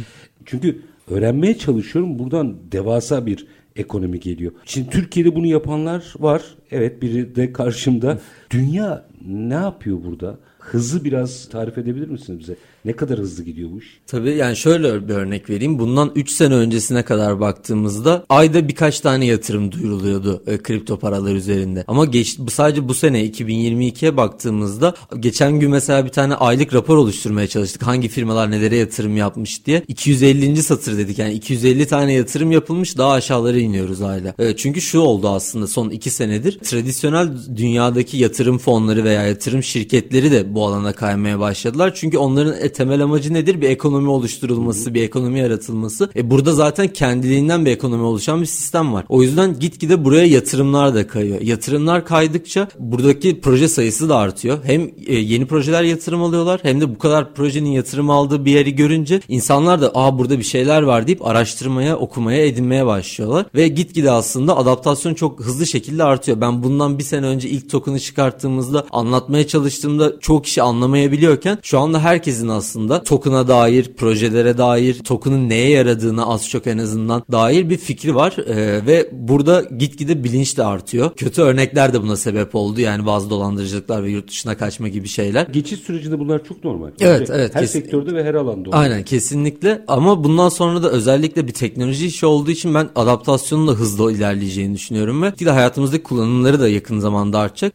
Çünkü öğrenmeye çalışıyorum. Buradan devasa bir ekonomi geliyor. Şimdi Türkiye'de bunu yapanlar var. Evet, biri de karşımda. Dünya ne yapıyor burada? Hızı biraz tarif edebilir misiniz bize? Ne kadar hızlı gidiyor bu iş? Tabii, yani şöyle bir örnek vereyim. Bundan 3 sene öncesine kadar baktığımızda ayda birkaç tane yatırım duyuruluyordu kripto paralar üzerinde. Ama sadece bu sene 2022'ye baktığımızda geçen gün mesela bir tane aylık rapor oluşturmaya çalıştık. Hangi firmalar nelere yatırım yapmış diye. 250. satır dedik. Yani 250 tane yatırım yapılmış, daha aşağılara iniyoruz hala. Çünkü şu oldu aslında son 2 senedir. Tradisyonel dünyadaki yatırım fonları veya yatırım şirketleri de bu alana kaymaya başladılar. Çünkü onların temel amacı nedir? Bir ekonomi oluşturulması, bir ekonomi yaratılması. Burada zaten kendiliğinden bir ekonomi oluşan bir sistem var. O yüzden gitgide buraya yatırımlar da kayıyor. Yatırımlar kaydıkça buradaki proje sayısı da artıyor. Hem yeni projeler yatırım alıyorlar, hem de bu kadar projenin yatırım aldığı bir yeri görünce insanlar da burada bir şeyler var deyip araştırmaya, okumaya, edinmeye başlıyorlar. Ve gitgide aslında adaptasyon çok hızlı şekilde artıyor. Ben bundan bir sene önce ilk token'ı çıkarttığımızda, anlatmaya çalıştığımda çoğu kişi anlamayabiliyorken şu anda herkesin aslında token'a dair, projelere dair, token'ın neye yaradığına az çok en azından dair bir fikri var ve burada gitgide bilinç de artıyor. Kötü örnekler de buna sebep oldu. Yani bazı dolandırıcılıklar ve yurt dışına kaçma gibi şeyler. Geçiş sürecinde bunlar çok normal. Evet. Her sektörde ve her alanda. Aynen, kesinlikle. Ama bundan sonra da özellikle bir teknoloji işi olduğu için ben adaptasyonun da hızlı ilerleyeceğini düşünüyorum ve hayatımızdaki kullanımları da yakın zamanda artacak ve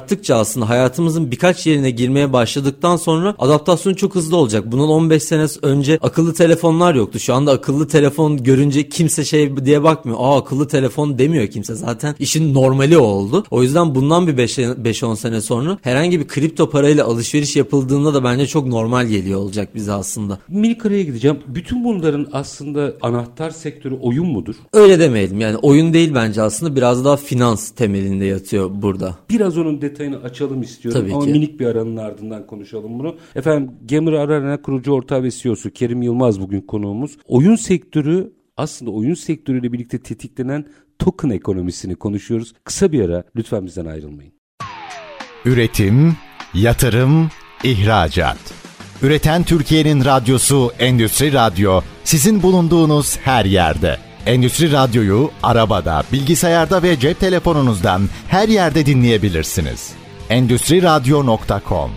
arttıkça aslında hayatımızın birkaç yerine girmeye başladıktan sonra adaptasyon çok hızlı olacak. Bunun 15 sene önce akıllı telefonlar yoktu. Şu anda akıllı telefon görünce kimse şey diye bakmıyor. Akıllı telefon demiyor kimse. Zaten işin normali oldu. O yüzden bundan bir 5-10 sene sonra herhangi bir kripto parayla alışveriş yapıldığında da bence çok normal geliyor olacak bize aslında. Minik araya gideceğim. Bütün bunların aslında anahtar sektörü oyun mudur? Öyle demeyelim. Yani oyun değil bence aslında, biraz daha finans temelinde yatıyor burada. Biraz onun detayını açalım istiyorum. Tabii ama ki. minik bir aranın ardından konuşalım bunu. Efendim, Gamer Arena kurucu ortağı ve CEO'su Kerim Yılmaz bugün konuğumuz. Oyun sektörü, aslında oyun sektörüyle birlikte tetiklenen token ekonomisini konuşuyoruz. Kısa bir ara, lütfen bizden ayrılmayın. Üretim, yatırım, ihracat. Üreten Türkiye'nin radyosu Endüstri Radyo, sizin bulunduğunuz her yerde. Endüstri Radyo'yu arabada, bilgisayarda ve cep telefonunuzdan her yerde dinleyebilirsiniz. Endüstriradyo.com.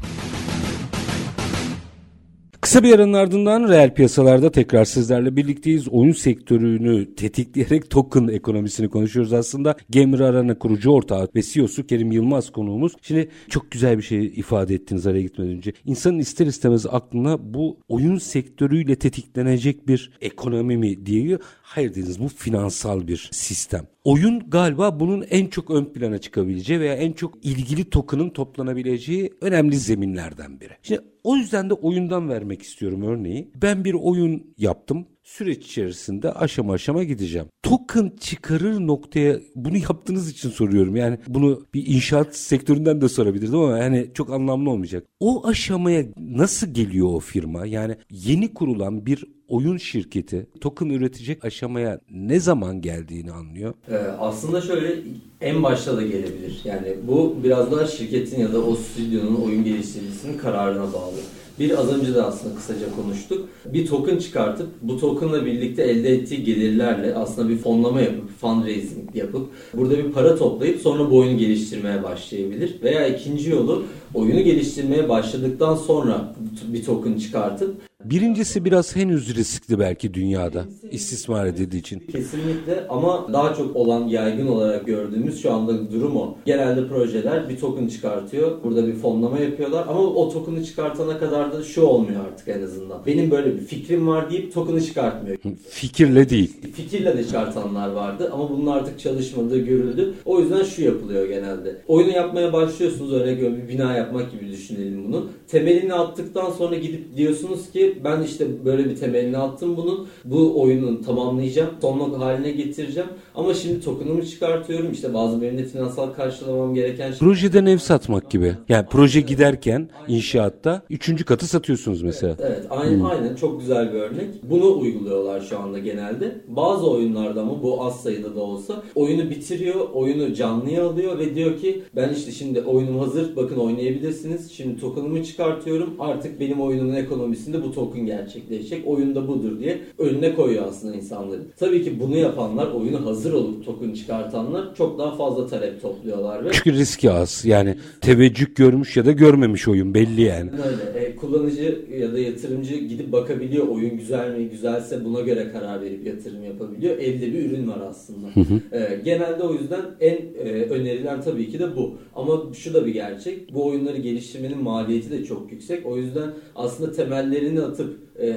Kısa bir aranın ardından reel piyasalarda tekrar sizlerle birlikteyiz. Oyun sektörünü tetikleyerek token ekonomisini konuşuyoruz aslında. Gamer Arena kurucu ortağı ve CEO'su Kerim Yılmaz konuğumuz. Şimdi çok güzel bir şey ifade ettiniz araya gitmeden önce. İnsanın ister istemez aklına bu oyun sektörüyle tetiklenecek bir ekonomi mi diyor. Hayır dediniz, bu finansal bir sistem. Oyun galiba bunun en çok ön plana çıkabileceği veya en çok ilgili token'ın toplanabileceği önemli zeminlerden biri. Şimdi o yüzden de oyundan vermek istiyorum örneği. Ben bir oyun yaptım. Süreç içerisinde aşama aşama gideceğim. Token çıkarır noktaya bunu yaptığınız için soruyorum. Yani bunu bir inşaat sektöründen de sorabilirdim ama yani çok anlamlı olmayacak. O aşamaya nasıl geliyor o firma? Yani yeni kurulan bir oyun şirketi token üretecek aşamaya ne zaman geldiğini anlıyor? Aslında şöyle, en başta da gelebilir. Yani bu biraz daha şirketin ya da o stüdyonun, oyun geliştiricisinin kararına bağlı. Az önce de aslında kısaca konuştuk. Bir token çıkartıp bu tokenla birlikte elde ettiği gelirlerle aslında bir fonlama yapıp, fundraising yapıp burada bir para toplayıp sonra bu oyunu geliştirmeye başlayabilir. Veya ikinci yolu, oyunu geliştirmeye başladıktan sonra bir token çıkartıp, birincisi biraz henüz riskli belki dünyada istismar edildiği için. Kesinlikle, ama daha çok olan, yaygın olarak gördüğümüz şu anda durum o. Genelde projeler bir token çıkartıyor. Burada bir fonlama yapıyorlar ama o token'ı çıkartana kadar da şu olmuyor artık en azından. Benim böyle bir fikrim var deyip token'ı çıkartmıyor. Fikirle değil. Fikirle de çıkartanlar vardı ama bunun artık çalışmadığı görüldü. O yüzden şu yapılıyor genelde. Oyunu yapmaya başlıyorsunuz, örnek veriyorum bir bina yapmak gibi düşünelim bunu. Temelini attıktan sonra gidip diyorsunuz ki ben işte böyle bir temelini attım bunun. Bu oyunu tamamlayacağım. Son haline getireceğim. Ama şimdi token'ımı çıkartıyorum. İşte bazı benim de finansal karşılamam gereken şey. Projeden ev satmak gibi. Yani proje giderken inşaatta 3. katı satıyorsunuz mesela. Evet, aynen çok güzel bir örnek. Bunu uyguluyorlar şu anda genelde. Bazı oyunlarda, ama bu az sayıda da olsa, oyunu bitiriyor, oyunu canlıya alıyor ve diyor ki ben işte şimdi oyunum hazır, bakın oynayabilirsiniz. Şimdi token'ımı çıkartıyorum. Artık benim oyunumun ekonomisinde bu token gerçekleşecek. Oyun da budur diye önüne koyuyor aslında insanları. Tabii ki bunu yapanlar, oyunu hazır olup token çıkartanlar çok daha fazla talep topluyorlar. Çünkü riski az. Yani teveccüh görmüş ya da görmemiş oyun belli yani. Öyle. Kullanıcı ya da yatırımcı gidip bakabiliyor. Oyun güzel mi? Güzelse buna göre karar verip yatırım yapabiliyor. Elde bir ürün var aslında. Genelde o yüzden en önerilen tabii ki de bu. Ama şu da bir gerçek. Bu oyunları geliştirmenin maliyeti de çok yüksek. O yüzden aslında temellerini atıp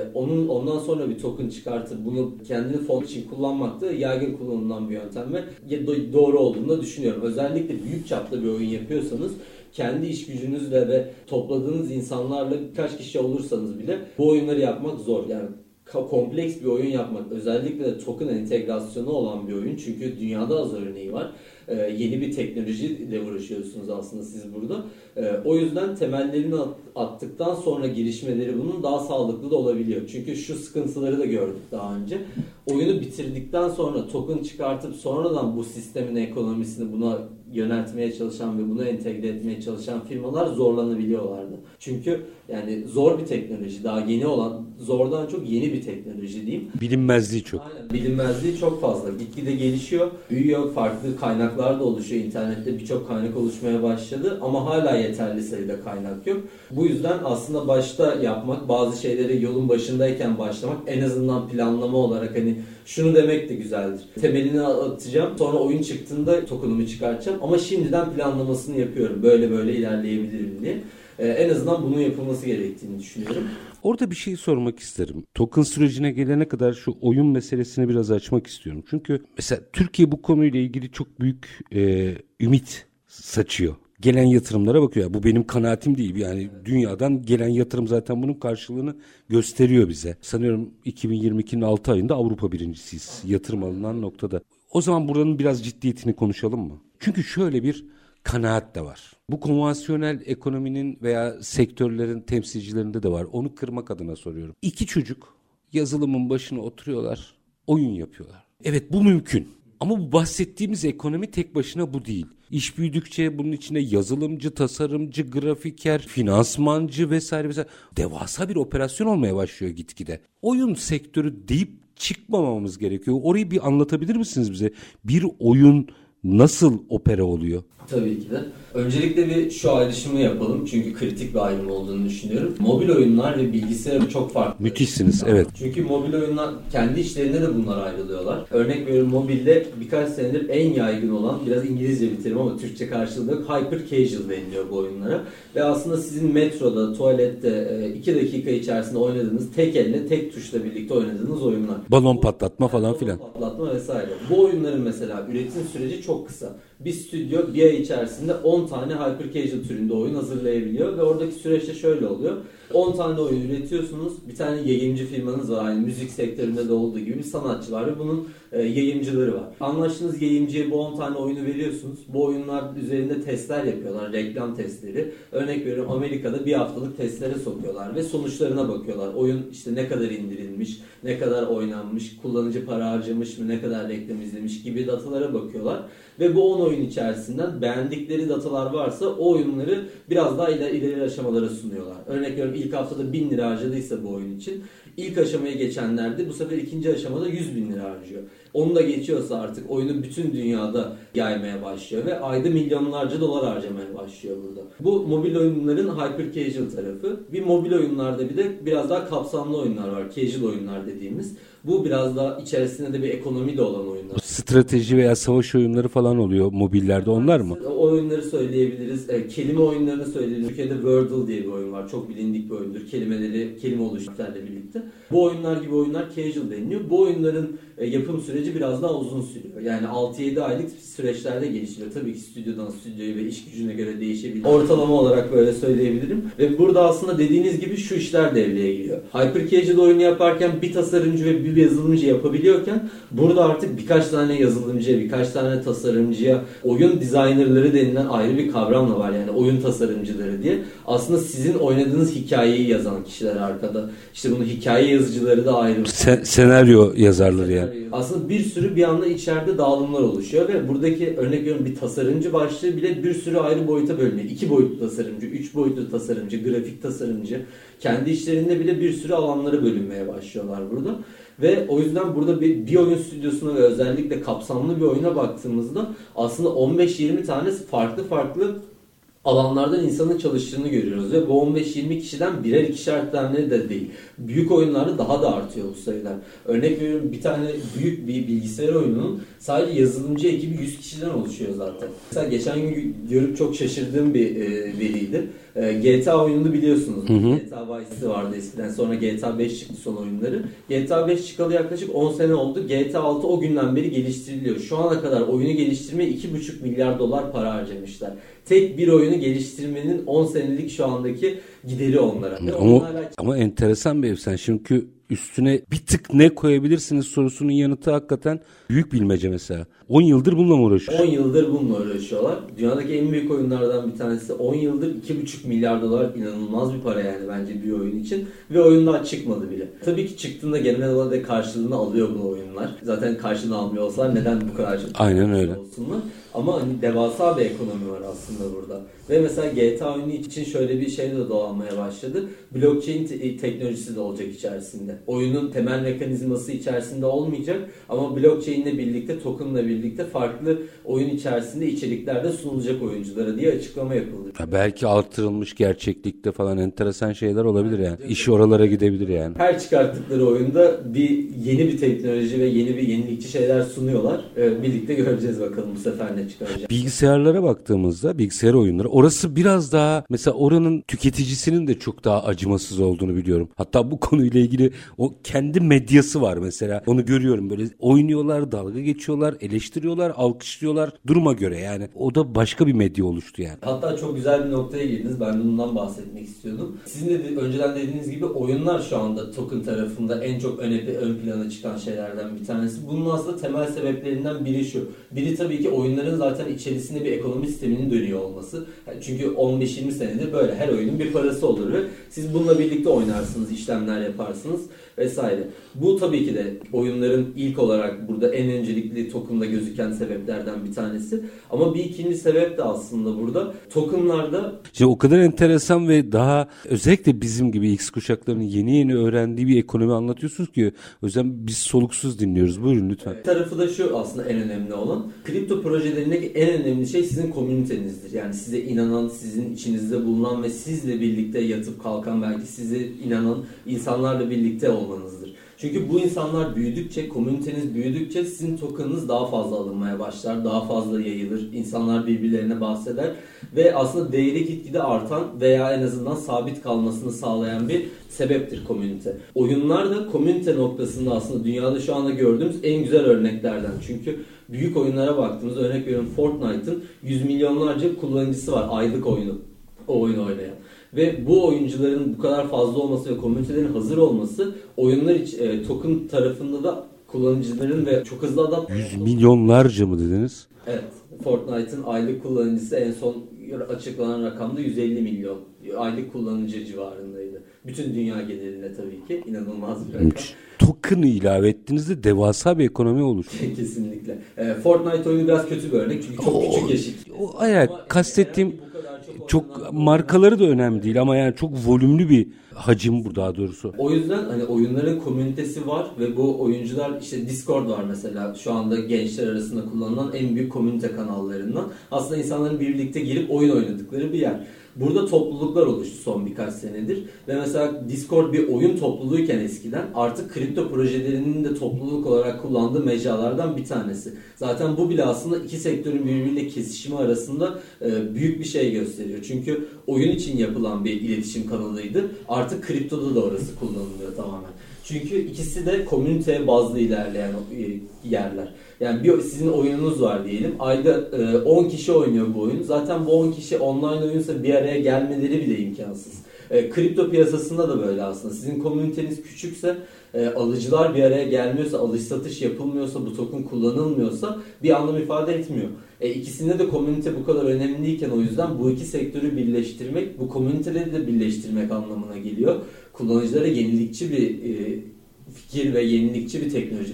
ondan sonra bir token çıkartıp bunu kendini fon için kullanmak da yaygın kullanılan bir yöntem ve doğru olduğunu da düşünüyorum. Özellikle büyük çapta bir oyun yapıyorsanız, kendi iş gücünüzle ve topladığınız insanlarla birkaç kişi olursanız bile bu oyunları yapmak zor. Yani kompleks bir oyun yapmak, özellikle de token entegrasyonu olan bir oyun, çünkü dünyada az örneği var. Yeni bir teknolojiyle uğraşıyorsunuz aslında siz burada. O yüzden temellerini attıktan sonra girişmeleri bunun daha sağlıklı da olabiliyor. Çünkü şu sıkıntıları da gördük daha önce. Oyunu bitirdikten sonra token çıkartıp sonradan bu sistemin ekonomisini buna yöneltmeye çalışan ve bunu entegre etmeye çalışan firmalar zorlanabiliyorlardı. Çünkü yani zor bir teknoloji, daha yeni olan, zordan çok yeni bir teknoloji diyeyim. Bilinmezliği çok. Aynen, bilinmezliği çok fazla. Gitgide gelişiyor, büyüyor, farklı kaynaklar kaynaklar da oluşuyor. İnternette birçok kaynak oluşmaya başladı ama hala yeterli sayıda kaynak yok. Bu yüzden aslında başta yapmak, bazı şeyleri yolun başındayken başlamak, en azından planlama olarak hani şunu demek de güzeldir. Temelini atacağım, sonra oyun çıktığında tokenumu çıkartacağım ama şimdiden planlamasını yapıyorum. Böyle böyle ilerleyebilirim diye. En azından bunun yapılması gerektiğini düşünüyorum. Orada bir şey sormak isterim. Token sürecine gelene kadar şu oyun meselesini biraz açmak istiyorum. Çünkü mesela Türkiye bu konuyla ilgili çok büyük ümit saçıyor. Gelen yatırımlara bakıyor. Bu benim kanaatim değil. Yani dünyadan gelen yatırım zaten bunun karşılığını gösteriyor bize. Sanıyorum 2022'nin 6 ayında Avrupa birincisiyiz yatırım alınan noktada. O zaman buranın biraz ciddiyetini konuşalım mı? Çünkü şöyle bir kanaat de var. Bu konvansiyonel ekonominin veya sektörlerin temsilcilerinde de var. Onu kırmak adına soruyorum. 2 çocuk yazılımın başına oturuyorlar, oyun yapıyorlar. Evet, bu mümkün. Ama bu bahsettiğimiz ekonomi tek başına bu değil. İş büyüdükçe bunun içinde yazılımcı, tasarımcı, grafiker, finansmancı vesaire vesaire devasa bir operasyon olmaya başlıyor gitgide. Oyun sektörü deyip çıkmamamız gerekiyor. Orayı bir anlatabilir misiniz bize? Bir oyun nasıl opera oluyor? Tabii ki de. Öncelikle bir şu ayrışımı yapalım çünkü kritik bir ayrım olduğunu düşünüyorum. Mobil oyunlar ve bilgisayar çok farklı. Müthişsiniz, evet. Çünkü mobil oyunlar kendi içlerinde de bunlar ayrılıyorlar. Örnek veriyorum, mobilde birkaç senedir en yaygın olan, biraz İngilizce bir terim ama Türkçe karşılığı yok, hyper casual deniliyor bu oyunlara. Ve aslında sizin metroda, tuvalette 2 dakika içerisinde oynadığınız, tek elle, tek tuşla birlikte oynadığınız oyunlar. Balon patlatma falan filan. Balon patlatma vesaire. Bu oyunların mesela üretim süreci çok kısa. Bir stüdyo bir ay içerisinde 10 tane hyper casual türünde oyun hazırlayabiliyor ve oradaki süreçte şöyle oluyor. 10 tane oyun üretiyorsunuz. Bir tane yayıncı firmanız var. Aynı müzik sektöründe de olduğu gibi bir sanatçı var ve bunun yayıncıları var. Anlaştığınız yayıncıya bu 10 tane oyunu veriyorsunuz. Bu oyunlar üzerinde testler yapıyorlar. Reklam testleri. Örnek veriyorum, Amerika'da bir haftalık testlere sokuyorlar ve sonuçlarına bakıyorlar. Oyun işte ne kadar indirilmiş, ne kadar oynanmış, kullanıcı para harcamış mı, ne kadar reklam izlemiş gibi datalara bakıyorlar. Ve bu 10 oyun içerisinden beğendikleri datalar varsa o oyunları biraz daha ileri aşamalara sunuyorlar. Örnek veriyorum, ilk haftada 1000 lira harcadıysa bu oyun için, ilk aşamaya geçenlerde bu sefer ikinci aşamada 100.000 lira harcıyor. Onu da geçiyorsa artık oyunu bütün dünyada yaymaya başlıyor ve ayda milyonlarca dolar harcamaya başlıyor burada. Bu mobil oyunların hyper casual tarafı. Bir mobil oyunlarda bir de biraz daha kapsamlı oyunlar var. Casual oyunlar dediğimiz. Bu biraz daha içerisinde de bir ekonomi de olan oyunlar. Strateji veya savaş oyunları falan oluyor mobillerde, onlar mı? O oyunları söyleyebiliriz. Kelime oyunlarını söyleyebiliriz. Türkiye'de Wordle diye bir oyun var. Çok bilindik bir oyundur. Kelime oluşumlarla birlikte. Bu oyunlar gibi oyunlar casual deniliyor. Bu oyunların yapım süreci biraz daha uzun sürüyor. Yani 6-7 aylık süreçlerde geliştiriyor. Tabii ki stüdyodan stüdyoya ve iş gücüne göre değişebilir. Ortalama olarak böyle söyleyebilirim. Ve burada aslında dediğiniz gibi şu işler devreye giriyor. Hyper casual oyunu yaparken bir tasarımcı ve bir yazılımcı yapabiliyorken burada artık birkaç tane yazılımcıya, birkaç tane tasarımcıya, oyun designerları denilen ayrı bir kavram da var. Yani oyun tasarımcıları diye. Aslında sizin oynadığınız hikayeyi yazan kişiler arkada. İşte bunu hikaye yazıcıları da ayrı. Senaryo yazarları yani. Aslında bir sürü bir anda içeride dağılımlar oluşuyor ve buradaki örnek veriyorum bir tasarımcı başlığı bile bir sürü ayrı boyuta bölünüyor. 2 boyutlu tasarımcı, 3 boyutlu tasarımcı, grafik tasarımcı. Kendi içlerinde bile bir sürü alanlara bölünmeye başlıyorlar burada. Ve o yüzden burada bir oyun stüdyosuna ve özellikle kapsamlı bir oyuna baktığımızda aslında 15-20 tane farklı alanlardan insanın çalıştığını görüyoruz ve bu 15-20 kişiden birer ikişer tane de değil. Büyük oyunlarda daha da artıyor bu sayılar. Örnek veriyorum, bir tane büyük bir bilgisayar oyununun sadece yazılımcı ekibi 100 kişiden oluşuyor zaten. Mesela geçen gün görüp çok şaşırdığım bir veriydi. GTA oyununu biliyorsunuz. GTA Vice City vardı eskiden. Sonra GTA 5 çıktı son oyunları. GTA 5 çıkalı yaklaşık 10 sene oldu. GTA 6 o günden beri geliştiriliyor. Şu ana kadar oyunu geliştirmeye 2,5 milyar dolar para harcamışlar. Tek bir oyunu geliştirmenin 10 senelik şu andaki gideri onlara. Ama enteresan bir efsane. Çünkü üstüne bir tık ne koyabilirsiniz sorusunun yanıtı hakikaten büyük bilmece mesela. 10 yıldır bununla mı uğraşıyorlar? 10 yıldır bununla uğraşıyorlar. Dünyadaki en büyük oyunlardan bir tanesi. 10 yıldır 2,5 milyar dolar, inanılmaz bir para yani bence bir oyun için. Ve oyun daha çıkmadı bile. Tabii ki çıktığında genel olarak karşılığını alıyor bu oyunlar. Zaten karşılığını almıyor olsalar neden bu kadar çok aynen öyle olsunlar? Ama hani devasa bir ekonomi var aslında burada. Ve mesela GTA oyunu için şöyle bir şey de dolanmaya başladı. Blockchain teknolojisi de olacak içerisinde. Oyunun temel mekanizması içerisinde olmayacak ama blockchain ile birlikte, token'la birlikte farklı oyun içerisinde içerikler de sunulacak oyunculara diye açıklama yapıldı. Ya belki artırılmış gerçeklikte falan enteresan şeyler olabilir yani. İş oralara gidebilir yani. Her çıkarttıkları oyunda yeni bir teknoloji ve yeni bir yenilikçi şeyler sunuyorlar. Birlikte göreceğiz bakalım bu sefer ne çıkaracak. Bilgisayarlara baktığımızda, bilgisayar oyunları, orası biraz daha, mesela oranın tüketicisinin de çok daha acımasız olduğunu biliyorum. Hatta bu konuyla ilgili o kendi medyası var mesela. Onu görüyorum, böyle oynuyorlar, dalga geçiyorlar, eleştiriyorlar, alkışlıyorlar duruma göre yani. O da başka bir medya oluştu yani. Hatta çok güzel bir noktaya girdiniz. Ben de bundan bahsetmek istiyordum. Sizin de önceden dediğiniz gibi oyunlar şu anda token tarafında en çok ön plana çıkan şeylerden bir tanesi. Bunun aslında temel sebeplerinden biri şu. Biri tabii ki oyunların zaten içerisinde bir ekonomi sisteminin dönüyor olması. Yani çünkü 15-20 senedir böyle her oyunun bir parası olur ve siz bununla birlikte oynarsınız, işlemler yaparsınız vesaire. Bu tabii ki de oyunların ilk olarak burada en öncelikli token'da gözüken sebeplerden bir tanesi. Ama bir ikinci sebep de aslında burada token'larda... Şimdi o kadar enteresan ve daha özellikle bizim gibi X kuşaklarının yeni öğrendiği bir ekonomi anlatıyorsunuz ki o yüzden biz soluksuz dinliyoruz. Buyurun lütfen. Tarafı da şu aslında en önemli olan. Kripto projelerindeki en önemli şey sizin komünitenizdir. Yani size inanan, sizin içinizde bulunan ve sizle birlikte yatıp kalkan, belki size inanan insanlarla birlikte olmanızdır. Çünkü bu insanlar büyüdükçe, komüniteniz büyüdükçe sizin token'ınız daha fazla alınmaya başlar, daha fazla yayılır, insanlar birbirlerine bahseder ve aslında değeri gitgide artan veya en azından sabit kalmasını sağlayan bir sebeptir komünite. Oyunlar da komünite noktasında aslında dünyada şu anda gördüğümüz en güzel örneklerden. Çünkü büyük oyunlara baktığımızda, örnek veriyorum, Fortnite'ın 100 milyonlarca kullanıcısı var aylık o oyunu oynayan. Ve bu oyuncuların bu kadar fazla olması ve komünitelerin hazır olması oyunlar token tarafında da kullanıcıların ve çok hızlı adapte... 100 milyonlarca mı dediniz? Evet. Fortnite'ın aylık kullanıcısı en son açıklanan rakamda 150 milyon aylık kullanıcı civarındaydı. Bütün dünya genelinde tabii ki inanılmaz bir rakam. Token'ı ilave ettiğinizde devasa bir ekonomi olur. Kesinlikle. Fortnite oyunu biraz kötü bir örnek çünkü çok küçük yaşıt. Kastettiğim çok markaları da önemli değil ama yani çok volümlü bir hacim bu daha doğrusu. O yüzden hani oyunların komünitesi var ve bu oyuncular, işte Discord var mesela, şu anda gençler arasında kullanılan en büyük komünite kanallarından. Aslında insanların birlikte girip oyun oynadıkları bir yer. Burada topluluklar oluştu son birkaç senedir ve mesela Discord bir oyun topluluğuyken eskiden artık kripto projelerinin de topluluk olarak kullandığı mecralardan bir tanesi. Zaten bu bile aslında iki sektörün birbiriyle kesişimi arasında büyük bir şey gösteriyor. Çünkü oyun için yapılan bir iletişim kanalıydı. Artık kriptoda da orası kullanılıyor tamamen. Çünkü ikisi de komüniteye bazlı ilerleyen yerler. Yani sizin oyununuz var diyelim. Ayda 10 kişi oynuyor bu oyunu. Zaten bu 10 kişi online oyunsa bir araya gelmeleri bile imkansız. Kripto piyasasında da böyle aslında. Sizin komüniteniz küçükse, alıcılar bir araya gelmiyorsa, alış satış yapılmıyorsa, bu token kullanılmıyorsa bir anlam ifade etmiyor. İkisinde de komünite bu kadar önemliyken o yüzden bu iki sektörü birleştirmek, bu komüniteleri de birleştirmek anlamına geliyor. Kullanıcılara yenilikçi bir fikir ve yenilikçi bir teknoloji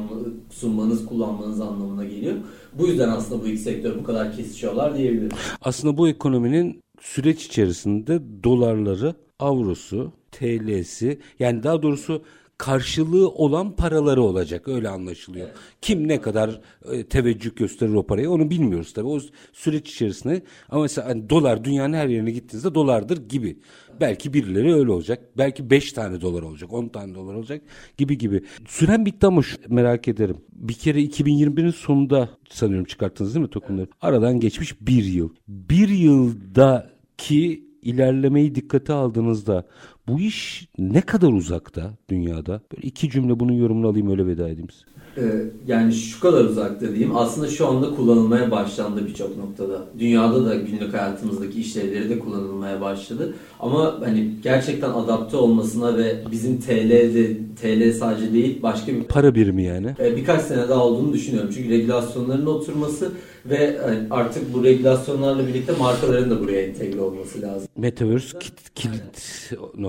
kullanmanız anlamına geliyor. Bu yüzden aslında bu iki sektör bu kadar kesişiyorlar diyebilirim. Aslında bu ekonominin süreç içerisinde dolarları, avrosu, TL'si, yani daha doğrusu karşılığı olan paraları olacak, öyle anlaşılıyor. Evet. Kim ne kadar teveccüh gösterir o paraya onu bilmiyoruz tabii. O süreç içerisinde, ama mesela hani dolar dünyanın her yerine gittiğinizde dolardır gibi. Belki birileri öyle olacak. Belki 5 tane dolar olacak, 10 tane dolar olacak gibi. Süren bitti ama merak ederim. Bir kere 2021'in sonunda sanıyorum çıkarttınız değil mi tokenları? Aradan geçmiş bir yıl. Bir yıldaki ilerlemeyi dikkate aldığınızda bu iş ne kadar uzakta dünyada? Böyle iki cümle bunun yorumunu alayım, öyle veda edeyim size. Yani şu kadar uzakta diyeyim. Aslında şu anda kullanılmaya başlandı birçok noktada. Dünyada da günlük hayatımızdaki işlevleri de kullanılmaya başladı. Ama hani gerçekten adapte olmasına ve bizim TL sadece değil başka bir para birimi yani. Birkaç sene daha olduğunu düşünüyorum. Çünkü regülasyonların oturması ve artık bu regülasyonlarla birlikte markaların da buraya entegre olması lazım. Metaverse kilit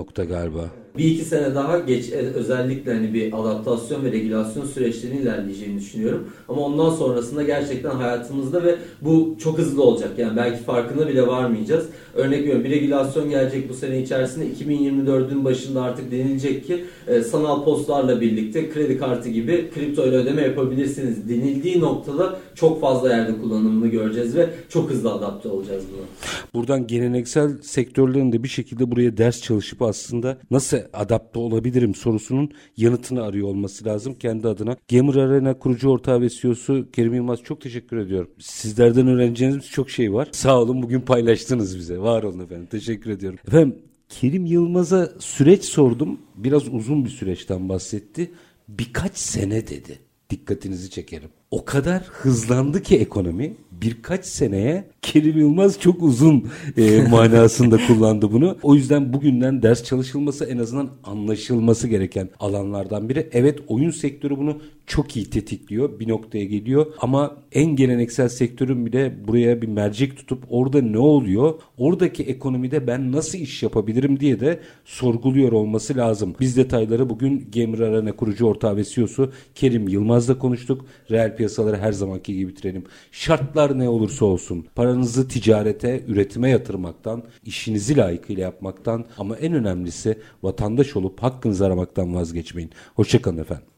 nokta galiba. Bir iki sene daha geç, özellikle hani bir adaptasyon ve regülasyon süreçlerinin ilerleyeceğini düşünüyorum. Ama ondan sonrasında gerçekten hayatımızda ve bu çok hızlı olacak. Yani belki farkına bile varmayacağız. Örnek veriyorum, bir regülasyon gelecek bu sene içerisinde. 2024'ün başında artık denilecek ki sanal postlarla birlikte kredi kartı gibi kripto ile ödeme yapabilirsiniz denildiği noktada çok fazla yerde kullanımını göreceğiz ve çok hızlı adapte olacağız buna. Buradan geleneksel sektörlerin de bir şekilde buraya ders çalışıp aslında nasıl adapte olabilirim sorusunun yanıtını arıyor olması lazım kendi adına. Gamer Arena kurucu ortağı ve CEO'su Kerim Yılmaz, çok teşekkür ediyorum. Sizlerden öğreneceğiniz çok şey var. Sağ olun, bugün paylaştınız bize. Var olun efendim. Teşekkür ediyorum. Efendim, Kerim Yılmaz'a süreç sordum. Biraz uzun bir süreçten bahsetti. Birkaç sene dedi. Dikkatinizi çekerim. O kadar hızlandı ki ekonomi, birkaç seneye Kerim Yılmaz çok uzun manasında kullandı bunu. O yüzden bugünden ders çalışılması, en azından anlaşılması gereken alanlardan biri. Evet, oyun sektörü bunu çok iyi tetikliyor, bir noktaya geliyor ama en geleneksel sektörün bile buraya bir mercek tutup orada ne oluyor, oradaki ekonomide ben nasıl iş yapabilirim diye de sorguluyor olması lazım. Biz detayları bugün Gamer Arena kurucu ortağı ve CEO'su Kerim Yılmaz'la konuştuk. Reel piyasaları her zamanki gibi bitirelim. Şartlar ne olursa olsun paranızı ticarete, üretime yatırmaktan, işinizi layıkıyla yapmaktan ama en önemlisi vatandaş olup hakkınızı aramaktan vazgeçmeyin. Hoşça kalın efendim.